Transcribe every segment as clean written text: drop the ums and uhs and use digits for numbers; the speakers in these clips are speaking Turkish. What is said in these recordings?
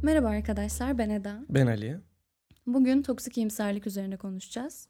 Merhaba arkadaşlar, ben Eda. Ben Ali. Bugün toksik iyimserlik üzerine konuşacağız.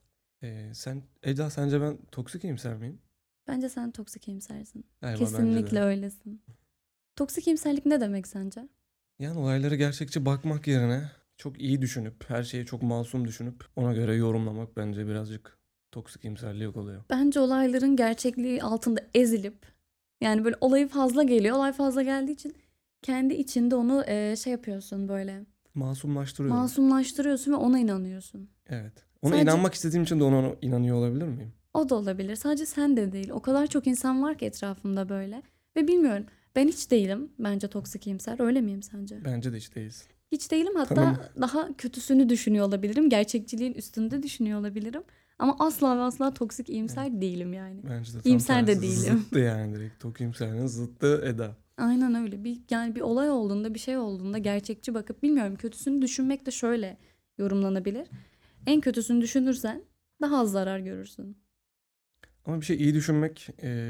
Eda, sence ben toksik iyimser miyim? Bence sen toksik iyimsersin. Galiba bence Kesinlikle de. öylesin. Toksik iyimserlik ne demek sence? Yani olaylara gerçekçi bakmak yerine çok iyi düşünüp, her şeyi çok masum düşünüp ona göre yorumlamak bence birazcık toksik iyimserlik oluyor. Bence olayların gerçekliği altında ezilip, yani böyle olayı fazla geliyor. Olay fazla geldiği için kendi içinde onu şey yapıyorsun böyle. Masumlaştırıyorum. Masumlaştırıyorsun ve ona inanıyorsun. Evet. Ona Sadece inanmak istediğim için de ona inanıyor olabilir miyim? o da olabilir. Sadece sen de değil. O kadar çok insan var ki etrafımda böyle. Ve bilmiyorum. Ben hiç değilim. Bence toksik iyimser. Öyle miyim sence? Bence de hiç değilsin. Hiç değilim, Tanım. hatta daha kötüsünü düşünüyor olabilirim. Gerçekçiliğin üstünde düşünüyor olabilirim. Ama asla ve asla toksik Evet. iyimser değilim yani. Bence de tam İyimser de tersi. değilim. Zıttı yani direkt. Toksik iyimserliğin zıttı Eda. Aynen öyle. Yani bir olay olduğunda, bir şey olduğunda gerçekçi bakıp bilmiyorum, kötüsünü düşünmek de şöyle yorumlanabilir. En kötüsünü düşünürsen daha az zarar görürsün. Ama bir şey iyi düşünmek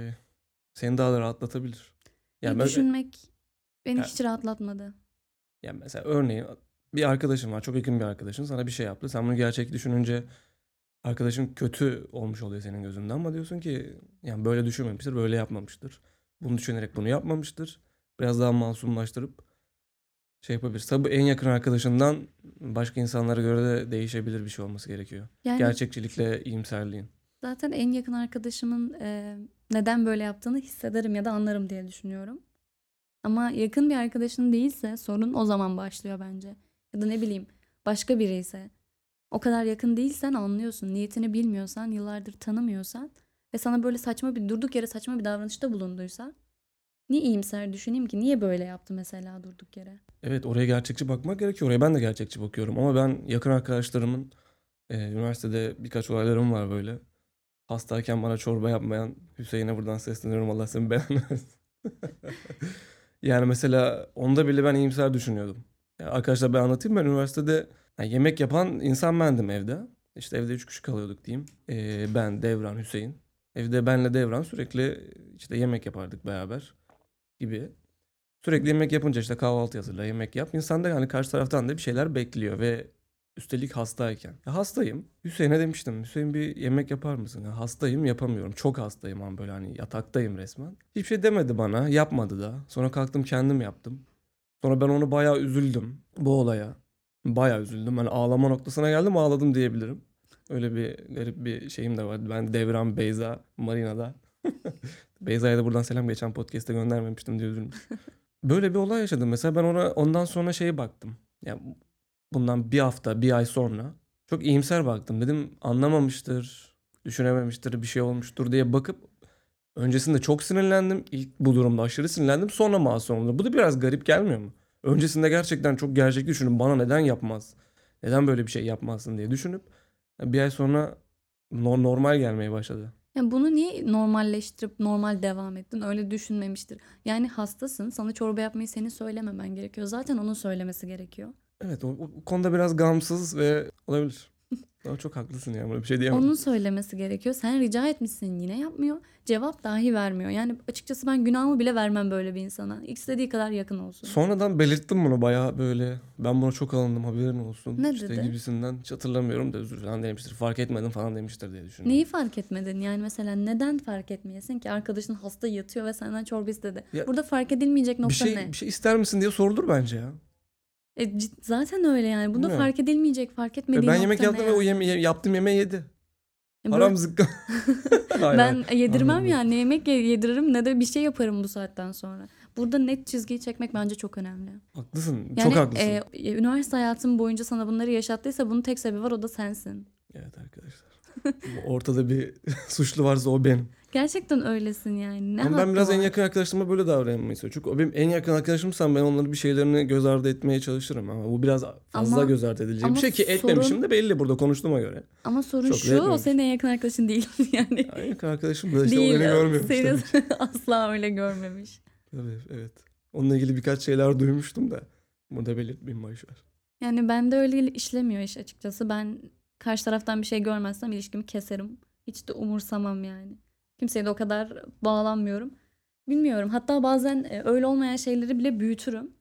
seni daha da rahatlatabilir. İyi Yani böyle, düşünmek beni ya, hiç rahatlatmadı. yani mesela örneğin bir arkadaşın var, çok yakın bir arkadaşın sana bir şey yaptı. Sen bunu gerçek düşününce arkadaşın kötü olmuş oluyor senin gözünde ama diyorsun ki yani böyle düşünmemiştir, böyle yapmamıştır. Bunu düşünerek bunu yapmamıştır. Biraz daha masumlaştırıp şey yapabilir. Tabii en yakın arkadaşından başka insanlara göre de değişebilir bir şey olması gerekiyor. Yani Gerçekçilikle iyimserliğin. zaten en yakın arkadaşımın neden böyle yaptığını hissederim ya da anlarım diye düşünüyorum. Ama yakın bir arkadaşın değilse sorun o zaman başlıyor bence. Ya da ne bileyim, başka biri ise. O kadar yakın değilsen anlıyorsun. Niyetini bilmiyorsan, yıllardır tanımıyorsan ve sana böyle durduk yere saçma bir davranışta bulunduysa, niye iyimser düşüneyim ki? Niye böyle yaptı mesela durduk yere? Evet, oraya gerçekçi bakmak gerekiyor. Oraya ben de gerçekçi bakıyorum ama ben yakın arkadaşlarımın üniversitede birkaç olaylarım var böyle. Hastayken bana çorba yapmayan Hüseyin'e buradan sesleniyorum. Allah seni belanı versin. Yani mesela onda bile ben iyimser düşünüyordum. Ya arkadaşlar, ben anlatayım. Ben üniversitede yemek yapan insan bendim evde. İşte evde 3 kişi kalıyorduk diyeyim. Ben, Devran, Hüseyin. Evde benle Devran sürekli işte yemek yapardık beraber gibi. Sürekli yemek yapınca işte kahvaltı hazırla, yemek yap. İnsan da yani karşı taraftan da bir şeyler bekliyor ve üstelik hastayken. Ya hastayım. Hüseyin'e demiştim. Hüseyin, bir yemek yapar mısın? Ya hastayım, yapamıyorum. Çok hastayım ama böyle hani yataktayım resmen. Hiçbir şey demedi bana. Yapmadı da. Sonra kalktım kendim yaptım. Sonra ben onu bayağı üzüldüm bu olaya. Bayağı üzüldüm. Hani ağlama noktasına geldim, ağladım diyebilirim. Öyle bir garip bir şeyim de vardı. Ben Devran, Beyza, Marina'da. Beyza'ya da buradan selam, geçen podcast'te göndermemiştim diye üzülmüş. Böyle bir olay yaşadım. Mesela ben ondan sonra şeye baktım. Ya bundan bir hafta, bir ay sonra çok iyimser baktım. Dedim anlamamıştır, düşünememiştir, bir şey olmuştur diye bakıp öncesinde çok sinirlendim. İlk bu durumda aşırı sinirlendim. Sonra masum oldum. Bu da biraz garip gelmiyor mu? Öncesinde gerçekten çok gerçek düşünüp bana neden yapmaz? Neden böyle bir şey yapmazsın diye düşünüp bir ay sonra normal gelmeye başladı. Yani bunu niye normalleştirip normal devam ettin? Öyle düşünmemiştir. Yani hastasın. Sana çorba yapmayı senin söylememen gerekiyor. Zaten onun söylemesi gerekiyor. Evet, o konuda biraz gamsız ve olabilir. Ama çok haklısın ya, böyle bir şey Onun diyemem. söylemesi gerekiyor. Sen rica etmişsin, yine yapmıyor. Cevap dahi vermiyor. Yani açıkçası ben günahımı bile vermem böyle bir insana. İstediği kadar yakın olsun. Sonradan belirttim bunu bayağı böyle. Ben buna çok alındım, haberin olsun. Ne İşte dedi? gibisinden, hiç hatırlamıyorum da özür falan demiştir. Fark etmedim falan demiştir diye Neyi düşünüyorum. fark etmedin? Yani mesela neden fark etmeyesin ki? Arkadaşın hasta yatıyor ve senden çorba istedi. Ya Burada fark edilmeyecek bir nokta şey ne? bir şey ister misin diye sorulur bence ya. Zaten öyle yani. Bunda Bilmiyorum. fark edilmeyecek, fark Ve etmediği ben yemek nokta ne yaptım ve o yani? yaptığım yemeği yedi. Böyle Haram zıkkım. Hayır, hayır. ben yedirmem Anladım. yani. Ne yemek yediririm ne de bir şey yaparım bu saatten sonra. Burada net çizgiyi çekmek bence çok önemli. Haklısın. Çok Yani haklısın. üniversite hayatım boyunca sana bunları yaşattıysa bunun tek sebebi var, o da sensin. Evet arkadaşlar. Ortada bir suçlu varsa o benim. Gerçekten öylesin yani. Ne Ama ben hakkı biraz en var? yakın arkadaşlarıma böyle davranmayı istiyorum. Çünkü o benim en yakın arkadaşımsam ben onların bir şeylerini göz ardı etmeye çalışırım. Ama bu biraz fazla Ama göz ardı edilecek bir ama şey ki etmemişim de belli burada konuştuğuma göre. ama sorun Çok da şu, o senin etmemiş. en yakın arkadaşın değil yani. En yakın arkadaşım da işte o Değil. beni görmüyormuş Seni tabii ki. asla öyle görmemiş. Tabii, evet. Onunla ilgili birkaç şeyler duymuştum da. Burada belirtmeyeyim, boşver. Yani bende öyle işlemiyor iş açıkçası. Ben karşı taraftan bir şey görmezsem ilişkimi keserim. Hiç de umursamam yani. Kimseye de o kadar bağlanmıyorum. Bilmiyorum. Hatta bazen öyle olmayan şeyleri bile büyütürüm.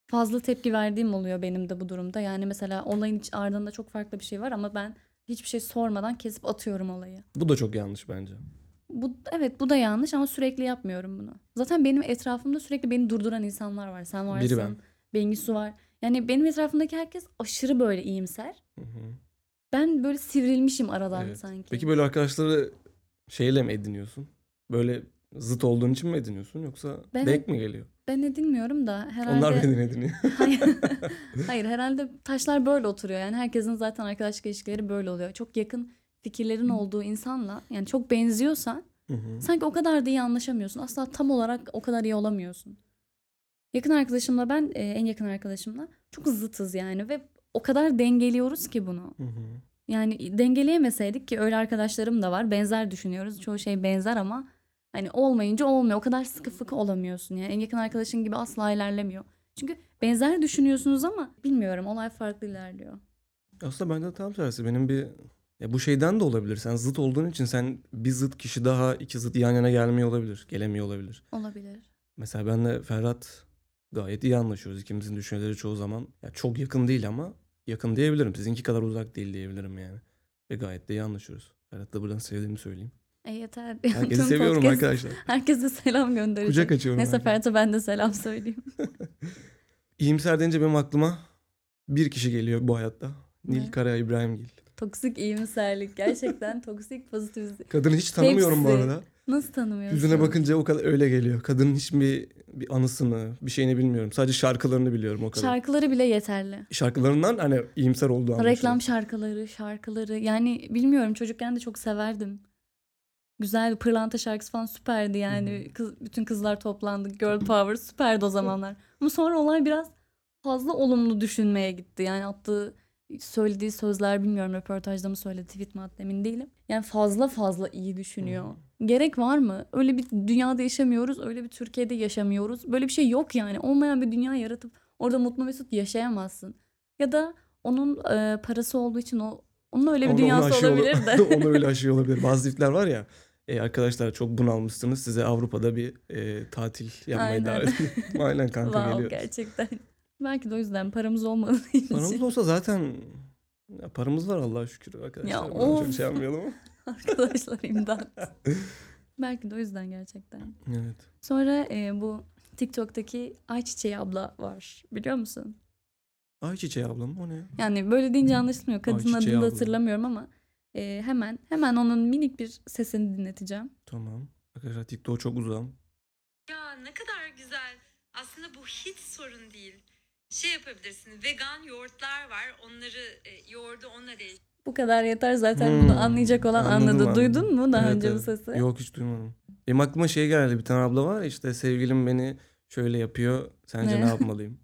fazla tepki verdiğim oluyor benim de bu durumda. Yani mesela olayın ardında çok farklı bir şey var ama ben hiçbir şey sormadan kesip atıyorum olayı. Bu da çok yanlış bence. Evet, bu da yanlış ama sürekli yapmıyorum bunu. Zaten benim etrafımda sürekli beni durduran insanlar var. Sen Biri ben. varsın, Bengisu var. Yani benim etrafımdaki herkes aşırı böyle iyimser. Hı hı. Ben böyle sivrilmişim aradan Evet. sanki. Peki böyle arkadaşları şeyle mi ediniyorsun? Böyle zıt olduğun için mi ediniyorsun yoksa Ben denk mi geliyor? Ben edinmiyorum da Onlar mı herhalde ediniyor? hayır, hayır herhalde taşlar böyle oturuyor. Yani herkesin zaten arkadaşlık ilişkileri böyle oluyor. Çok yakın fikirlerin olduğu insanla yani çok benziyorsan Hı hı. sanki o kadar da iyi anlaşamıyorsun. Asla tam olarak o kadar iyi olamıyorsun. Yakın arkadaşımla ben en yakın arkadaşımla çok zıtız yani ve o kadar dengeliyoruz ki bunu. Hı hı. Yani dengeleyemeseydik ki öyle arkadaşlarım da var. Benzer düşünüyoruz. Çoğu şey benzer ama hani olmayınca olmuyor. O kadar sıkı fıkı olamıyorsun. Yani en yakın arkadaşın gibi asla ilerlemiyor. Çünkü benzer düşünüyorsunuz ama bilmiyorum olay farklı ilerliyor. Aslında bende de tam tersi. Benim bir bu şeyden de olabilir. Sen zıt olduğun için sen bir zıt kişi daha iki zıt yan yana gelmiyor olabilir. Gelemiyor olabilir. Olabilir. Mesela benle Ferhat gayet iyi anlaşıyoruz. İkimizin düşünceleri çoğu zaman çok yakın değil ama yakın diyebilirim. Sizinki kadar uzak değil diyebilirim yani. Ve gayet de iyi anlaşıyoruz. Ferhat da buradan sevdiğimi söyleyeyim. Yeter. Herkesi Tüm seviyorum podcast arkadaşlar. herkese selam Kucak gönderecek. açıyorum Neyse herkese. Ferhat'a ben de selam söyleyeyim. İyimser deyince benim aklıma bir kişi geliyor bu hayatta. Nil Ne? Kaya İbrahimgil. Toksik iyimserlik. Gerçekten toksik pozitif. Kadını hiç tanımıyorum bu Hepsi. arada. Nasıl tanımıyorsun? Yüzüne bakınca o kadar öyle geliyor. Kadının hiçbir bir anısını, bir şeyini bilmiyorum. Sadece şarkılarını biliyorum o kadar. Şarkıları bile yeterli. Şarkılarından hani iyimser olduğu anlaşılıyor. Reklam şarkıları. Yani bilmiyorum çocukken de çok severdim. Güzel Pırlanta şarkısı falan süperdi yani. Bütün kızlar toplandı. Girl Power süperdi o zamanlar. Ama sonra olay biraz fazla olumlu düşünmeye gitti. Yani söylediği sözler bilmiyorum röportajda mı söyledi tweet mi attı emin değilim. Yani fazla iyi düşünüyor. Gerek var mı? Öyle bir dünyada yaşamıyoruz. Öyle bir Türkiye'de yaşamıyoruz. Böyle bir şey yok yani. Olmayan bir dünya yaratıp orada mutlu mesut yaşayamazsın. Ya da onun parası olduğu için onun öyle bir dünyası olabilir de. Onu öyle aşıyor olabilir. Bazı çiftler var ya. Arkadaşlar çok bunalmışsınız. Size Avrupa'da bir tatil yapmayı Aynen. davet ediyorum. Aynen kanka Wow, geliyoruz. gerçekten. Belki de o yüzden paramız olmadığı için. Paramız olsa zaten paramız var Allah'a şükür arkadaşlar. Ya Buna çok of. şey yapmayalım ama. Arkadaşlar imdat. Belki de o yüzden gerçekten. Evet. Sonra bu TikTok'taki Ayçiçeği abla var. Biliyor musun? Ayçiçeği ablam o ne? Yani böyle deyince anlaşılmıyor. Kadının Ayçiçeği adını da abla. hatırlamıyorum ama hemen onun minik bir sesini dinleteceğim. Tamam. Arkadaşlar TikTok'a çok uzağım. Ya ne kadar güzel. Aslında bu hiç sorun değil. Şey yapabilirsin. Vegan yoğurtlar var. Onları yoğurdu onunla değiş. Bu kadar yeter zaten bunu anlayacak olan Anladım. Duydun mu daha Evet, önce bu evet. sesi? Yok hiç duymadım. Benim aklıma şey geldi. Bir tane abla var işte sevgilim beni şöyle yapıyor. Sence Ne? ne yapmalıyım?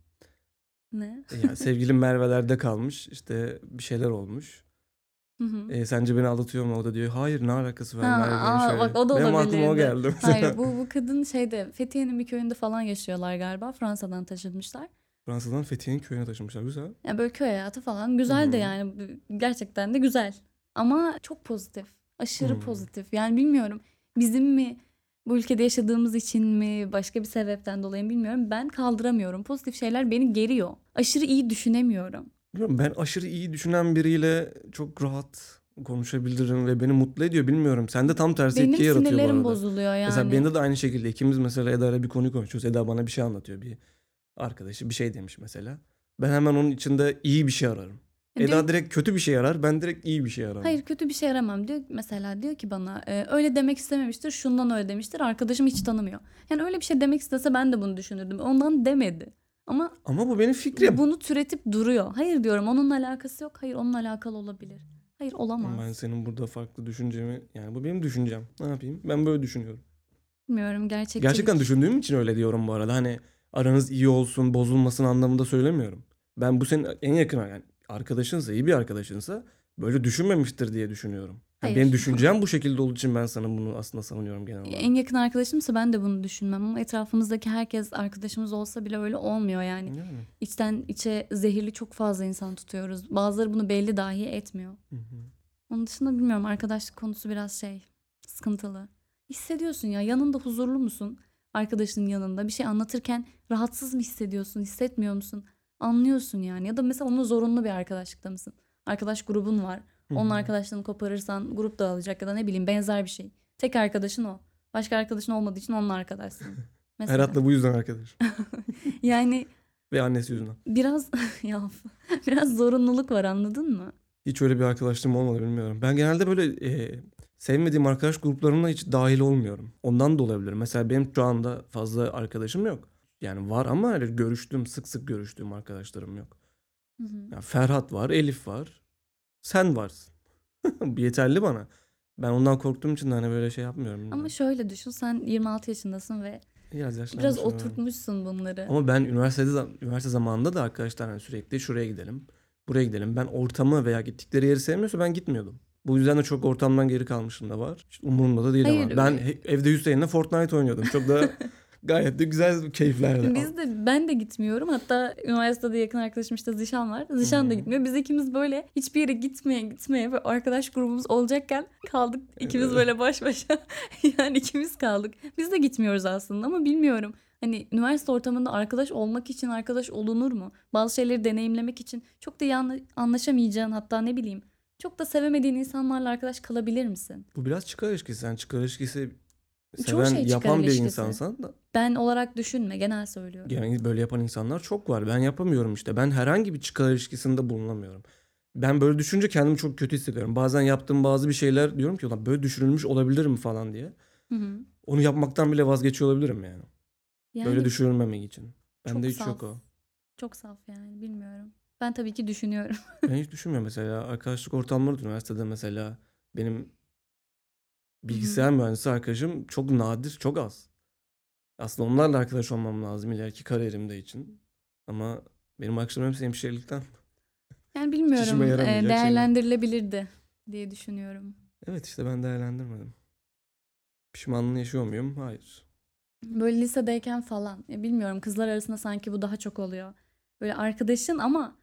Ne? Yani sevgilim Merve'lerde kalmış. İşte bir şeyler olmuş. Hı hı. Sence beni aldatıyor mu? O da diyor hayır ne alakası var Ha, Merve'nin şöyle. bak o da Benim aklıma o olabilirdi. geldi. Hayır bu kadın Fethiye'nin bir köyünde falan yaşıyorlar galiba. Fransa'dan taşınmışlar. Fransa'dan Fethiye'nin köyüne taşınmışlar. Güzel. Yani böyle köy hayatı falan güzel de yani gerçekten de güzel. Ama çok pozitif. Aşırı pozitif. Yani bilmiyorum bizim mi bu ülkede yaşadığımız için mi başka bir sebepten dolayı bilmiyorum. Ben kaldıramıyorum. Pozitif şeyler beni geriyor. Aşırı iyi düşünemiyorum. Bilmiyorum, ben aşırı iyi düşünen biriyle çok rahat konuşabilirim ve beni mutlu ediyor. Bilmiyorum. Sende tam tersi Benim etki yaratıyor bu sinirlerim arada. bozuluyor yani. Mesela bende de aynı şekilde. İkimiz mesela Eda'yla bir konuyu konuşuyoruz. Eda bana bir şey anlatıyor. Bir arkadaşı bir şey demiş mesela. Ben hemen onun içinde iyi bir şey ararım. Eda direkt kötü bir şey arar. Ben direkt iyi bir şey ararım. Hayır kötü bir şey aramam diyor. Mesela diyor ki bana öyle demek istememiştir. Şundan öyle demiştir. Arkadaşım hiç tanımıyor. Yani öyle bir şey demek istese ben de bunu düşünürdüm. Ondan demedi. Ama bu benim fikrim. bunu türetip duruyor. Hayır diyorum onunla alakası yok. Hayır onunla alakalı olabilir. Hayır olamaz. Ben senin burada farklı düşüncemi yani bu benim düşüncem. Ne yapayım? Ben böyle düşünüyorum. Bilmiyorum gerçekçilik. Gerçekten düşündüğüm için öyle diyorum bu arada. Hani aranız iyi olsun, bozulmasın anlamında söylemiyorum. Ben bu senin en yakın yani arkadaşınsa, iyi bir arkadaşınsa böyle düşünmemiştir diye düşünüyorum. Yani Hayır. benim düşüncem bu şekilde olduğu için ben sana bunu aslında savunuyorum genel olarak. En yakın arkadaşımsa ben de bunu düşünmem ama etrafımızdaki herkes arkadaşımız olsa bile öyle olmuyor yani. İçten içe zehirli çok fazla insan tutuyoruz. Bazıları bunu belli dahi etmiyor. Onun dışında bilmiyorum arkadaşlık konusu biraz sıkıntılı. Hissediyorsun ya yanında huzurlu musun? arkadaşının yanında bir şey anlatırken rahatsız mı hissediyorsun, hissetmiyor musun? Anlıyorsun yani. Ya da mesela onunla zorunlu bir arkadaşlıkta mısın? Arkadaş grubun var. Hı Onun hı. arkadaşlarını koparırsan grup dağılacak ya da ne bileyim benzer bir şey. Tek arkadaşın o. Başka arkadaşın olmadığı için onunla arkadaşsın. Mesela. Berat'la bu yüzden arkadaş. Yani Ve annesi yüzünden. biraz ya biraz zorunluluk var, anladın mı? Hiç öyle bir arkadaşlığım olmadı, bilmiyorum. Ben genelde böyle sevmediğim arkadaş gruplarına hiç dahil olmuyorum. Ondan da olabilir. Mesela benim şu anda fazla arkadaşım yok. Yani var ama öyle sık sık görüştüğüm arkadaşlarım yok. Hı hı. Ya Ferhat var, Elif var. Sen varsın. Yeterli bana. Ben ondan korktuğum için de hani böyle şey yapmıyorum. Ama bilmiyorum. şöyle düşün, sen 26 yaşındasın ve Biraz biraz yaşlanmışım. evet. oturtmuşsun bunları. Ama ben üniversite zamanında da arkadaşlar hani sürekli şuraya gidelim, buraya gidelim. Ben ortamı veya gittikleri yeri sevmiyorsa ben gitmiyordum. Bu yüzden de çok ortamdan geri kalmışım da var. Hiç umurumda da değil Hayır, ama. Ben evde Hüseyin'le Fortnite oynuyordum. Çok da gayet de güzel keyiflerdi. Ben de gitmiyorum. Hatta üniversitede yakın arkadaşım işte Zişan var. Zişan da gitmiyor. Biz ikimiz böyle hiçbir yere gitmeye ve arkadaş grubumuz olacakken kaldık. İkimiz böyle baş başa. Yani ikimiz kaldık. Biz de gitmiyoruz aslında ama bilmiyorum. Hani üniversite ortamında arkadaş olmak için arkadaş olunur mu? Bazı şeyleri deneyimlemek için çok da iyi anlaşamayacağın, hatta ne bileyim çok da sevemediğin insanlarla arkadaş kalabilir misin? Bu biraz çıkar ilişkisi. Sen çıkar ilişkisi Çoğu seven, şey çıkar yapan bir ilişkisi. insansan da Ben olarak düşünme, genel söylüyorum. yani böyle yapan insanlar çok var. Ben yapamıyorum işte. Ben herhangi bir çıkar ilişkisinde bulunamıyorum. Ben böyle düşünce kendimi çok kötü hissediyorum. Bazen yaptığım bazı bir şeyler diyorum ki ulan böyle düşünülmüş olabilir mi falan diye. Hı hı. Onu yapmaktan bile vazgeçiyor olabilirim yani. Yani Böyle düşünülmemek için. Bende çok hiç yok o. Çok saf yani, bilmiyorum. Ben tabii ki düşünüyorum. Ben hiç düşünmüyorum mesela. Arkadaşlık ortamları da üniversitede mesela benim bilgisayar mühendisi arkadaşım çok nadir, çok az. Aslında onlarla arkadaş olmam lazım ileriki kariyerimde için. Ama benim arkadaşlarım hepsi hemşirelikten. Yani işime bilmiyorum, yaramayacak değerlendirilebilirdi diye düşünüyorum. Evet işte ben değerlendirmedim. Pişmanlığını yaşıyor muyum? Hayır. Böyle lisedeyken falan. Ya bilmiyorum, kızlar arasında sanki bu daha çok oluyor. Böyle arkadaşın ama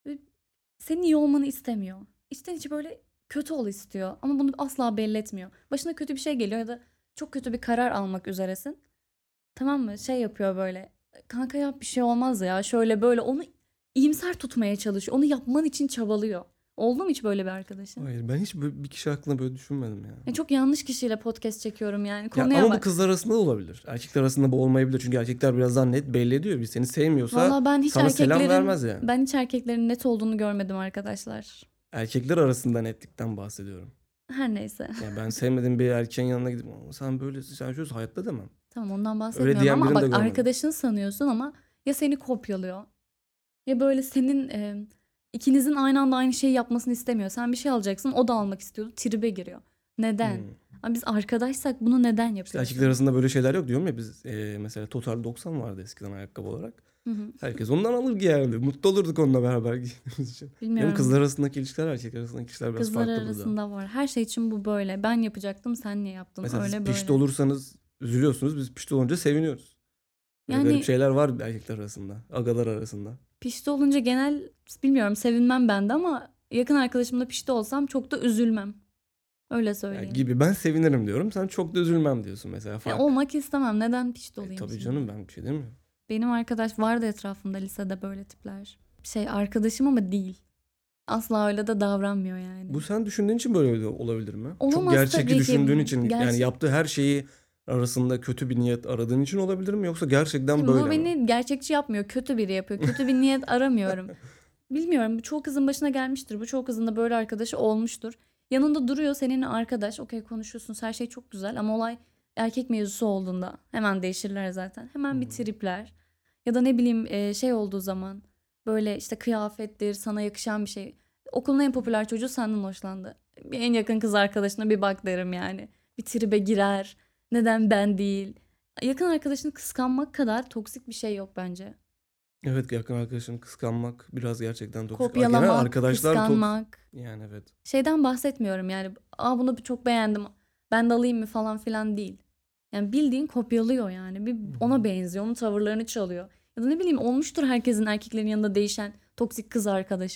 senin iyi olmanı istemiyor. İçten içe böyle kötü ol istiyor ama bunu asla belli etmiyor. Başına kötü bir şey geliyor ya da çok kötü bir karar almak üzeresin. Tamam mı? Şey yapıyor böyle. Kanka yap, bir şey olmaz ya. Şöyle böyle onu iyimser tutmaya çalışıyor. Onu yapman için çabalıyor. Oldu mu hiç böyle bir arkadaşın? Hayır, ben hiç bir kişi hakkında böyle düşünmedim ya. Ya çok yanlış kişiyle podcast çekiyorum yani. Ya Konuya ama bu bak. kızlar arasında da olabilir. Erkekler arasında bu olmayabilir. Çünkü erkekler birazdan net belli ediyor. Bir seni sevmiyorsa Valla ben hiç sana selam vermez erkeklerin yani. ben hiç erkeklerin net olduğunu görmedim arkadaşlar. Erkekler arasında netlikten bahsediyorum. Her neyse. Yani ben sevmediğim bir erkeğin yanına gidip "Ama sen böylesin, sen şöylesin" hayatta demem. Tamam, ondan Öyle bahsetmiyorum diyen ama birini de bak, görmedim. arkadaşın sanıyorsun ama ya seni kopyalıyor ya böyle senin ikinizin aynı anda aynı şeyi yapmasını istemiyor. Sen bir şey alacaksın, o da almak istiyordu. Tribe giriyor. Neden? Hmm. Abi biz arkadaşsak bunu neden İşte yapıyorsun? erkekler arasında böyle şeyler yok diyorum ya biz. Mesela Total 90 vardı eskiden ayakkabı olarak. Hı hı. Herkes ondan alır giyerdi. Mutlu olurduk onunla beraber giydiğimiz için. Bilmiyorum. Hem kızlar arasındaki ilişkiler, erkekler arasındaki ilişkiler biraz Kızlar farklı burada. arasında var. Her şey için bu böyle. Ben yapacaktım, sen niye yaptın? Mesela Öyle siz böyle. pişti olursanız üzülüyorsunuz. Biz pişti olunca seviniyoruz. Böyle Yani garip şeyler var erkekler arasında. Agalar arasında. pişti olunca bilmiyorum, sevinmem ben de ama yakın arkadaşımla pişti olsam çok da üzülmem. Öyle Yani söyleyeyim. gibi ben sevinirim diyorum. Sen çok da üzülmem diyorsun mesela. Fark. Olmak istemem. Neden pişti olayım Tabii şimdi? canım, ben bir şey demiyorum. Benim arkadaş vardı etrafımda lisede böyle tipler. Arkadaşım ama değil. Asla öyle de davranmıyor yani. Bu sen düşündüğün için böyle olabilir mi? Olamaz Çok gerçekçi tabii ki. düşündüğün için yani Gerçek- yaptığı her şeyi arasında kötü bir niyet aradığın için olabilir mi? Yoksa gerçekten böyle Bu mi? beni gerçekçi yapmıyor. Kötü biri yapıyor. Kötü bir niyet aramıyorum. Bilmiyorum. Çoğu kızın başına gelmiştir. Bu çoğu kızın da böyle arkadaşı olmuştur. Yanında duruyor seninle arkadaş. Okey, konuşuyorsunuz. Her şey çok güzel ama olay erkek mevzusu olduğunda hemen değişirler zaten. Hemen bir tripler. Ya da ne bileyim şey olduğu zaman böyle işte kıyafettir, sana yakışan bir şey. Okulun en popüler çocuğu senden hoşlandı. En yakın kız arkadaşına bir bak derim yani. Bir tribe girer. Neden ben değil? Yakın arkadaşını kıskanmak kadar toksik bir şey yok bence. Evet, yakın arkadaşını kıskanmak biraz gerçekten toksik. Kopyalamak, Genel arkadaşlar kıskanmak. Yani evet. Şeyden bahsetmiyorum yani. Bunu çok beğendim, ben de alayım mı falan filan değil. Yani bildiğin kopyalıyor yani. Bir ona benziyor. Onun tavırlarını çalıyor. Ya da ne bileyim, olmuştur herkesin, erkeklerin yanında değişen toksik kız arkadaşı.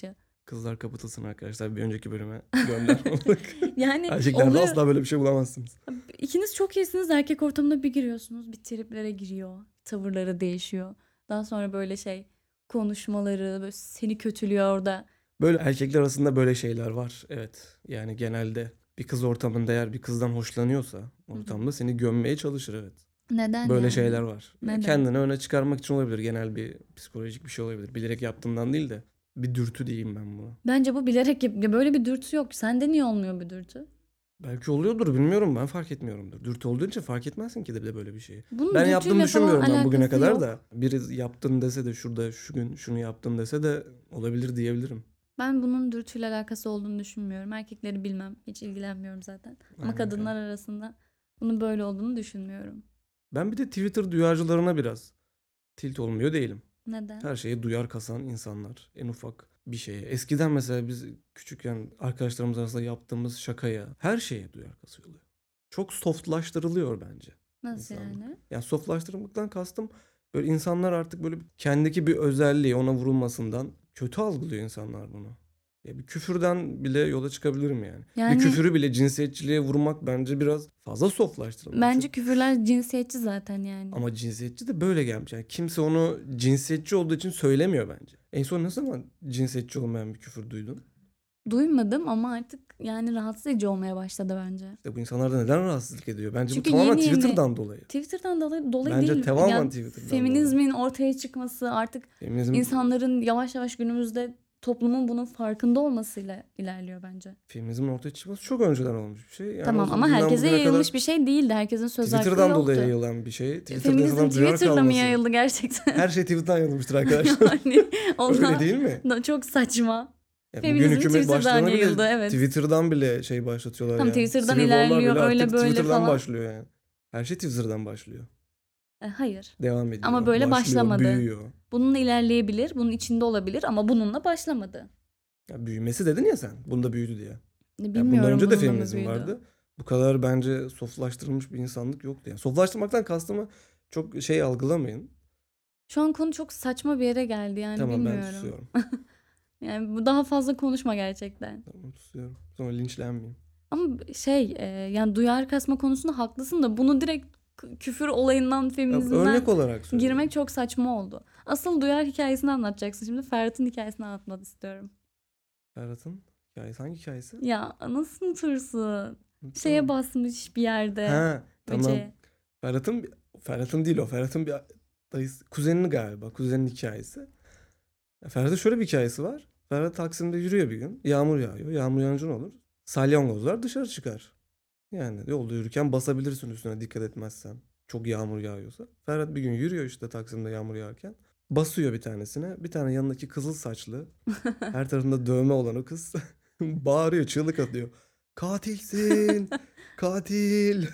Kızlar kapatılsın arkadaşlar. Bir önceki bölüme gönderme olarak. Yani Erkeklerde oluyor. asla böyle bir şey bulamazsınız. İkiniz çok iyisiniz. Erkek ortamına bir giriyorsunuz. Bir triplere giriyor. Tavırları değişiyor. Daha sonra böyle konuşmaları böyle seni kötülüyor orada. Böyle erkekler arasında böyle şeyler var. Evet. Yani genelde bir kız ortamında eğer bir kızdan hoşlanıyorsa ortamda seni gömmeye çalışır, evet. Neden Böyle yani? şeyler var. Neden? Kendini öne çıkarmak için olabilir. Genel bir psikolojik bir şey olabilir. Bilerek yaptığından değil de bir dürtü diyeyim ben buna. Bence bu bilerek böyle bir dürtü yok. Sende niye olmuyor bir dürtü? Belki oluyordur, bilmiyorum, ben fark etmiyorumdur. Dürtü olduğu için fark etmezsin ki de böyle bir şeyi. Bunun Ben dürtüyle yaptığımı falan düşünmüyorum ben bugüne alakası kadar yok. da. Biri yaptın dese de şurada şu gün şunu yaptın dese de olabilir diyebilirim. Ben bunun dürtüyle alakası olduğunu düşünmüyorum. Erkekleri bilmem. Hiç ilgilenmiyorum zaten. Ama Aynen kadınlar öyle. arasında bunun böyle olduğunu düşünmüyorum. Ben bir de Twitter duyarcılarına biraz tilt olmuyor değilim. Neden? Her şeye duyar kasan insanlar. En ufak bir şeye. Eskiden mesela biz küçükken arkadaşlarımız arasında yaptığımız şakaya her şeye duyar kasıyorlar. Çok softlaştırılıyor bence. Nasıl insanlar. yani? Yani softlaştırmaktan kastım böyle insanlar artık böyle kendiki bir özelliği ona vurulmasından kötü algılıyor insanlar bunu. Ya bir küfürden bile yola çıkabilirim yani. Yani- Bir küfürü bile cinsiyetçiliğe vurmak bence biraz fazla softlaştırılmış. Bence küfürler cinsiyetçi zaten yani. Ama cinsiyetçi de böyle gelmiş. Yani kimse onu cinsiyetçi olduğu için söylemiyor bence. En son ne zaman cinsiyetçi olmayan bir küfür duydun? Duymadım ama artık yani rahatsız edici olmaya başladı bence. İşte bu insanlarda neden rahatsızlık ediyor? Bence Çünkü bu tamamen yeni yeni- Twitter'dan dolayı. Twitter'dan dolayı Bence değil. tamamen Yani Twitter'dan feminizmin ortaya çıkması artık Feminizm, insanların yavaş yavaş günümüzde toplumun bunun farkında olmasıyla ilerliyor bence. feminizmin ortaya çıkması çok önceden olmuş bir şey. Yani Tamam o ama günden herkese bugüne yayılmış kadar bir şey değildi. Herkesin söz hakkı Twitter'dan yoktu. dolayı yayılan bir şey. Twitter'da Feminizm insanlar duyar Twitter'da mı kalması. yayıldı gerçekten? Her şey Twitter'dan yayılmıştır arkadaşlar. Yani onlar Öyle değil mi? çok saçma. Ya Feminizm bugün hükümet Twitter'dan başlarına bile yayıldı, evet. Twitter'dan bile şey başlatıyorlar Tam ya. Twitter'dan Civil war'lar ilerliyor, bile öyle artık böyle Twitter'dan falan. başlıyor yani. Her şey Twitter'dan başlıyor. Hayır. Devam ediyor. Ama böyle başlıyor, başlamadı. büyüyor. Bununla ilerleyebilir, bunun içinde olabilir ama bununla başlamadı. Ya büyümesi dedin ya sen. Bunda büyüdü diye. Ya Bilmiyorum bundan önce de bununla mı feminizm büyüdü. vardı. Bu kadar bence softlaştırılmış bir insanlık yoktu. Yani softlaştırmaktan kastımı çok şey algılamayın. Şu an konu çok saçma bir yere geldi yani Tamam, ben bilmiyorum. susuyorum. Yani bu daha fazla konuşma gerçekten. Tamam, susuyorum. Sonra linçlenmeyeyim. Ama yani duyar kasma konusunda haklısın da bunu direkt küfür olayından, Ya feminizmden örnek olarak söylüyorum. girmek çok saçma oldu. Asıl duyar hikayesini anlatacaksın. Şimdi Ferhat'ın hikayesini anlatmak istiyorum. Ferhat'ın hikayesi. Hangi hikayesi? Ya nasıl unutursun? Tamam. Şeye basmış bir yerde. Ha, tamam. böceğe. Ferhat'ın değil o. Ferhat'ın bir dayısı, kuzenini galiba. Kuzenin hikayesi. Ya Ferhat'ın şöyle bir hikayesi var. Ferhat Taksim'de yürüyor bir gün. Yağmur yağıyor. Yağmur yağınca ne olur? Salyangozlar dışarı çıkar. Yani yolda yürürken basabilirsin üstüne dikkat etmezsen. Çok yağmur yağıyorsa. Ferhat bir gün yürüyor işte Taksim'de yağmur yağarken. Basıyor bir tanesine. Bir tane yanındaki kızıl saçlı, her tarafında dövme olan o kız bağırıyor, çığlık atıyor. Katilsin! Katil!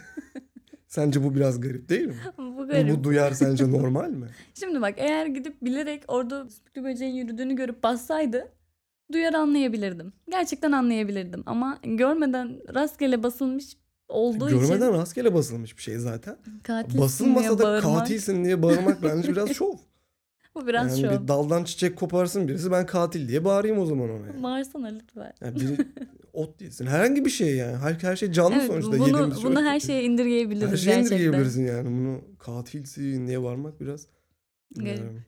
Sence bu biraz garip değil mi? Bu garip. Bu duyar sence normal mi? Şimdi bak, eğer gidip bilerek orada sütlü böceğin yürüdüğünü görüp bassaydı duyar anlayabilirdim. Gerçekten anlayabilirdim. Ama görmeden rastgele basılmış olduğu Görmeden için rastgele basılmış bir şey zaten. katilsin Basılmasa diye da bağırmak, katilsin diye bağırmak bence biraz şov. bu biraz Yani şov. bir daldan çiçek koparsın birisi, ben katil diye bağırayım o zaman ona. Yani. Bağırsana lütfen. Yani biri ot yesin. Herhangi bir şey yani. Her şey canlı Evet, sonuçta. Yediğimiz bunu şey. her şeye indirgeyebiliriz Her şeye gerçekten. indirgeyebilirsin yani. Bunu katilsin diye bağırmak biraz. Garip. Yani,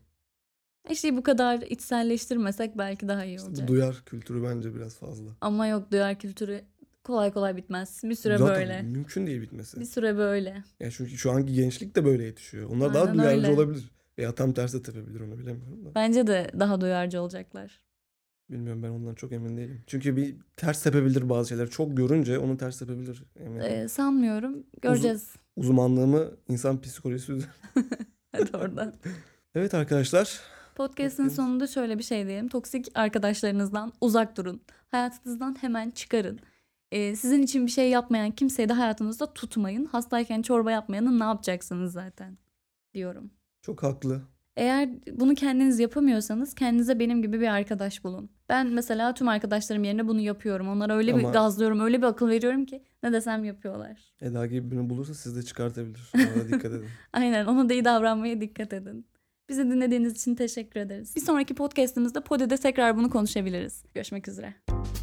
İşte bu kadar içselleştirmesek belki daha iyi işte olacak. bu duyar kültürü bence biraz fazla. Ama yok, duyar kültürü kolay kolay bitmez. Bir süre Zaten böyle. mümkün değil bitmesi. Bir süre böyle. Yani çünkü şu anki gençlik de böyle yetişiyor. Onlar daha Aynen duyarlı öyle. olabilir. Veya tam tersi de tepebilir, onu bilemiyorum da. Bence de daha duyarcı olacaklar. Bilmiyorum, ben ondan çok emin değilim. Çünkü bir ters tepebilir bazı şeyler. Çok görünce onu ters tepebilir. Eminim. Sanmıyorum. Göreceğiz. Uzmanlığımı insan psikolojisi üzerine. Hadi oradan. Evet arkadaşlar. Podcast'ın Podcast. sonunda şöyle bir şey diyelim. Toksik arkadaşlarınızdan uzak durun. Hayatınızdan hemen çıkarın. Sizin için bir şey yapmayan kimseyi de hayatınızda tutmayın. Hastayken çorba yapmayanın ne yapacaksınız zaten diyorum. Çok haklı. Eğer bunu kendiniz yapamıyorsanız kendinize benim gibi bir arkadaş bulun. Ben mesela tüm arkadaşlarım yerine bunu yapıyorum. Onlara öyle bir Ama- gazlıyorum, öyle bir akıl veriyorum ki ne desem yapıyorlar. Eda gibi birini bulursa siz de çıkartabilir. Ona da dikkat edin. Aynen, ona da iyi davranmaya dikkat edin. Bizi dinlediğiniz için teşekkür ederiz. Bir sonraki podcast'imizde Podi'de tekrar bunu konuşabiliriz. Görüşmek üzere.